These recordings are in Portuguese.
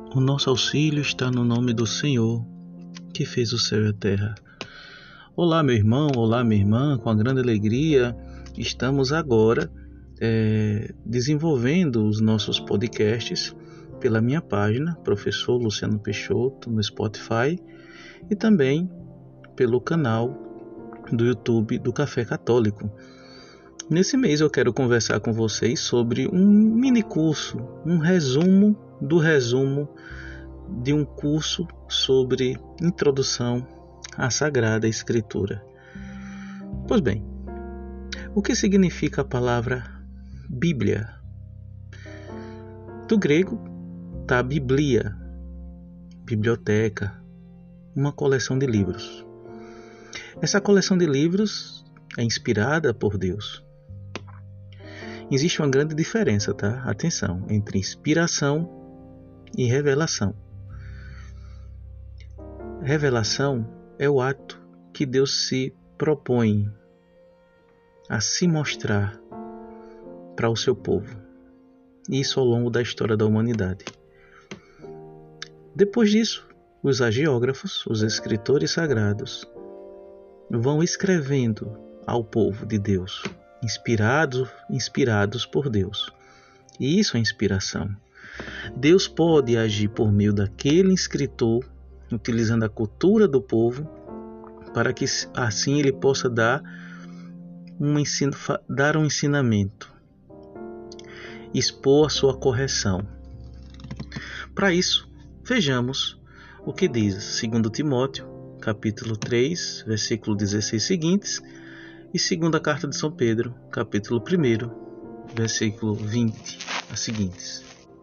O nosso auxílio está no nome do Senhor, que fez o céu e a terra. Olá, meu irmão, olá, minha irmã, com a grande alegria, estamos agora desenvolvendo os nossos podcasts pela minha página, Professor Luciano Peixoto, no Spotify, e também pelo canal do YouTube do Café Católico. Nesse mês eu quero conversar com vocês sobre um mini curso, um resumo do resumo de um curso sobre introdução à Sagrada Escritura. Pois bem, o que significa a palavra Bíblia? Do grego está Biblia, biblioteca, uma coleção de livros. Essa coleção de livros é inspirada por Deus. Existe uma grande diferença, tá? Atenção, entre inspiração e revelação. Revelação é o ato que Deus se propõe a se mostrar para o seu povo. Isso ao longo da história da humanidade. Depois disso, os hagiógrafos, os escritores sagrados, vão escrevendo ao povo de Deus, inspirados por Deus. E isso é inspiração. Deus pode agir por meio daquele escritor, utilizando a cultura do povo, para que assim ele possa dar um ensinamento, expor a sua correção. Para isso, vejamos o que diz 2 Timóteo, capítulo 3, versículo 16 seguintes, e 2ª carta de São Pedro, capítulo 1, versículo 20 a seguintes.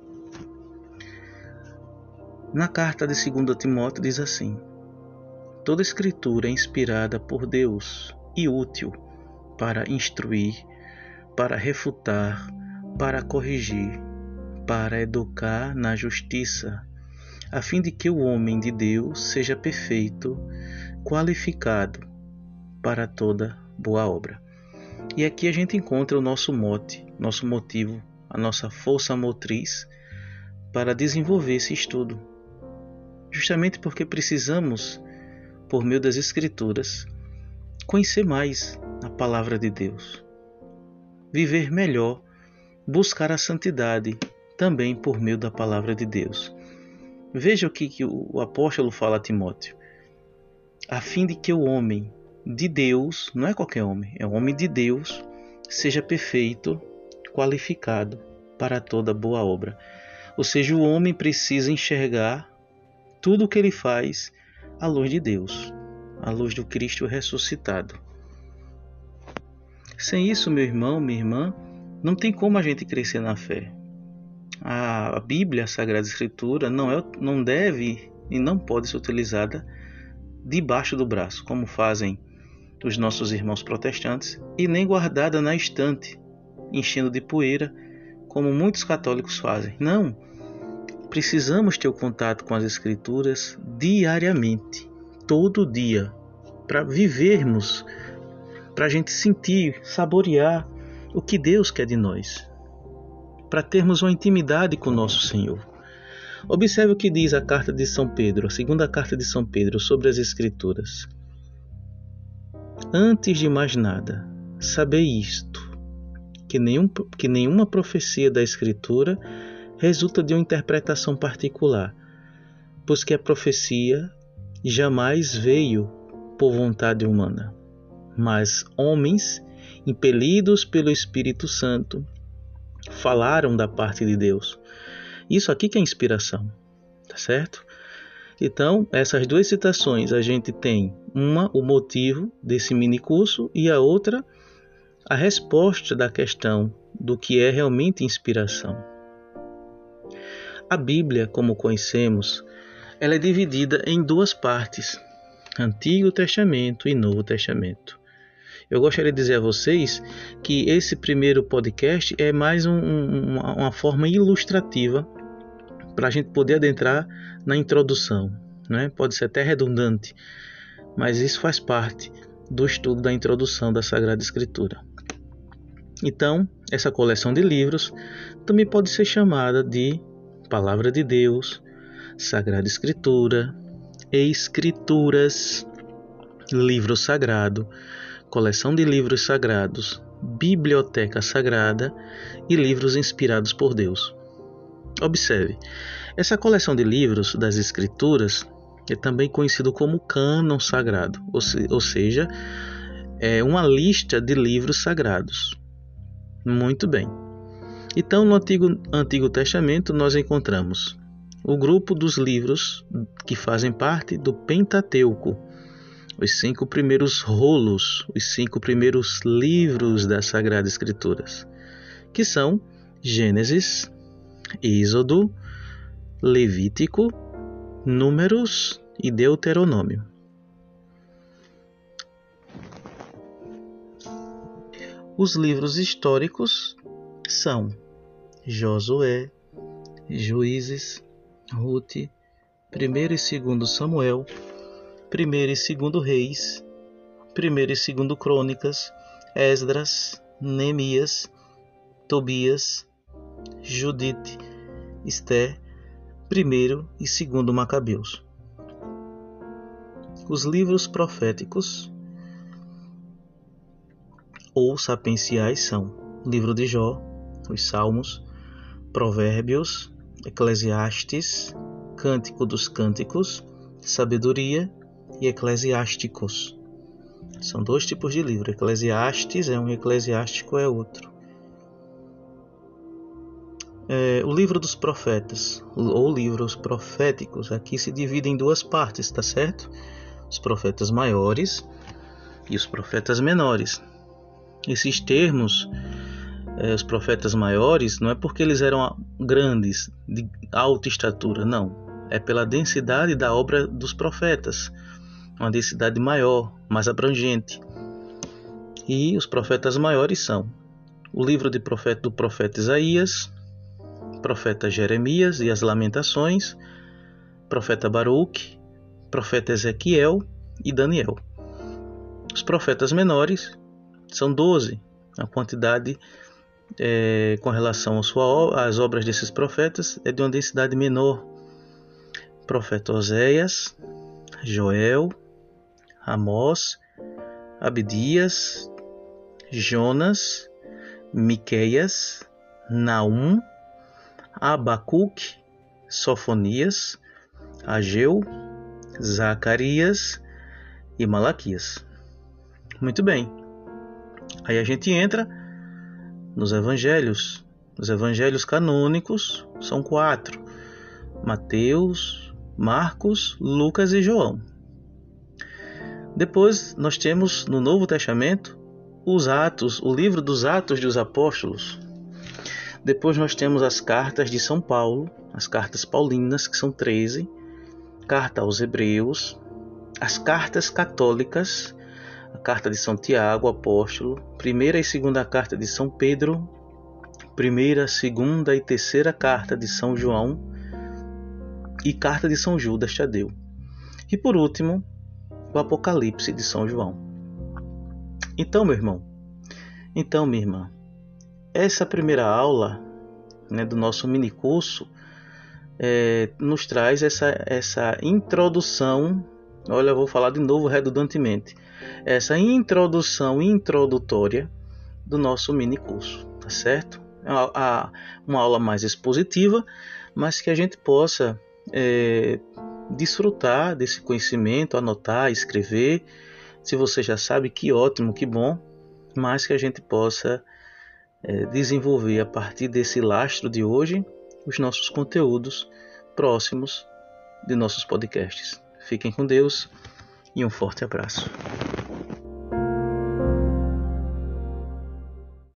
Na carta de 2 Timóteo diz assim: toda escritura é inspirada por Deus e útil para instruir, para refutar, para corrigir, para educar na justiça, a fim de que o homem de Deus seja perfeito, qualificado para toda boa obra. E aqui a gente encontra o nosso mote, nosso motivo, a nossa força motriz para desenvolver esse estudo. Justamente porque precisamos, por meio das Escrituras, conhecer mais a Palavra de Deus, viver melhor, buscar a santidade também por meio da Palavra de Deus. Veja o que o apóstolo fala a Timóteo: a fim de que o homem de Deus, não é qualquer homem, é o homem de Deus, seja perfeito, qualificado para toda boa obra. Ou seja, o homem precisa enxergar tudo o que ele faz à luz de Deus, à luz do Cristo ressuscitado. Sem isso, meu irmão, minha irmã, não tem como a gente crescer na fé. A Bíblia, a Sagrada Escritura, não deve e não pode ser utilizada debaixo do braço, como fazem os nossos irmãos protestantes, e nem guardada na estante, enchendo de poeira, como muitos católicos fazem. Não, precisamos ter o contato com as Escrituras diariamente, todo dia, para vivermos, para a gente sentir, saborear o que Deus quer de nós, para termos uma intimidade com o nosso Senhor. Observe o que diz a carta de São Pedro, a 2ª carta de São Pedro sobre as Escrituras. Antes de mais nada, sabei isto, que nenhuma profecia da Escritura resulta de uma interpretação particular, pois que a profecia jamais veio por vontade humana, mas homens, impelidos pelo Espírito Santo, falaram da parte de Deus. Isso aqui que é inspiração, tá certo? Então, essas duas citações, a gente tem uma, o motivo desse mini curso, e a outra, a resposta da questão do que é realmente inspiração. A Bíblia, como conhecemos, ela é dividida em duas partes, Antigo Testamento e Novo Testamento. Eu gostaria de dizer a vocês que esse primeiro podcast é mais uma forma ilustrativa para a gente poder adentrar na introdução, né? Pode ser até redundante, mas isso faz parte do estudo da introdução da Sagrada Escritura. Então, essa coleção de livros também pode ser chamada de Palavra de Deus, Sagrada Escritura, Escrituras, Livro Sagrado, Coleção de Livros Sagrados, Biblioteca Sagrada e livros inspirados por Deus. Observe, essa coleção de livros das Escrituras é também conhecido como cânon sagrado, ou seja, é uma lista de livros sagrados. Muito bem. Então, no Antigo Testamento, nós encontramos o grupo dos livros que fazem parte do Pentateuco, os 5 primeiros rolos, os 5 primeiros livros das Sagradas Escrituras, que são Gênesis, Êxodo, Levítico, Números e Deuteronômio. Os livros históricos são Josué, Juízes, Ruth, 1º e 2º Samuel, 1º e 2º Reis, 1º e 2º Crônicas, Esdras, Neemias, Tobias, Judite, Esther, 1º e 2º Macabeus. Os livros proféticos ou sapienciais são o livro de Jó, os Salmos, Provérbios, Eclesiastes, Cântico dos Cânticos, Sabedoria e Eclesiásticos. São 2 tipos de livro. Eclesiastes é um, Eclesiástico é outro. O livro dos profetas, ou livros proféticos, aqui se divide em 2 partes, tá certo? Os profetas maiores e os profetas menores. Esses termos, os profetas maiores, não é porque eles eram grandes, de alta estatura, não. É pela densidade da obra dos profetas, uma densidade maior, mais abrangente. E os profetas maiores são o livro do profeta Isaías, profeta Jeremias e as Lamentações, profeta Baruque, profeta Ezequiel e Daniel. Os profetas menores são 12, a quantidade com relação às obras desses profetas é de uma densidade menor. Profeta Oséias, Joel, Amós, Abdias, Jonas, Miqueias, Naum, Abacuque, Sofonias, Ageu, Zacarias e Malaquias. Muito bem. Aí a gente entra nos evangelhos. Os evangelhos canônicos são 4: Mateus, Marcos, Lucas e João. Depois nós temos no Novo Testamento os Atos, o livro dos Atos dos Apóstolos. Depois nós temos as cartas de São Paulo, as cartas paulinas, que são 13, carta aos Hebreus, as cartas católicas, a carta de São Tiago, apóstolo, 1ª e 2ª carta de São Pedro, 1ª, 2ª e 3ª carta de São João e carta de São Judas Tadeu. E por último, o Apocalipse de São João. Então, meu irmão, minha irmã, essa primeira aula, do nosso minicurso nos traz essa introdução. Olha, eu vou falar de novo redundantemente. Essa introdução introdutória do nosso minicurso, tá certo? É uma aula mais expositiva, mas que a gente possa desfrutar desse conhecimento, anotar, escrever. Se você já sabe, que ótimo, que bom, mas que a gente possa desenvolver a partir desse lastro de hoje os nossos conteúdos próximos de nossos podcasts. Fiquem com Deus e um forte abraço.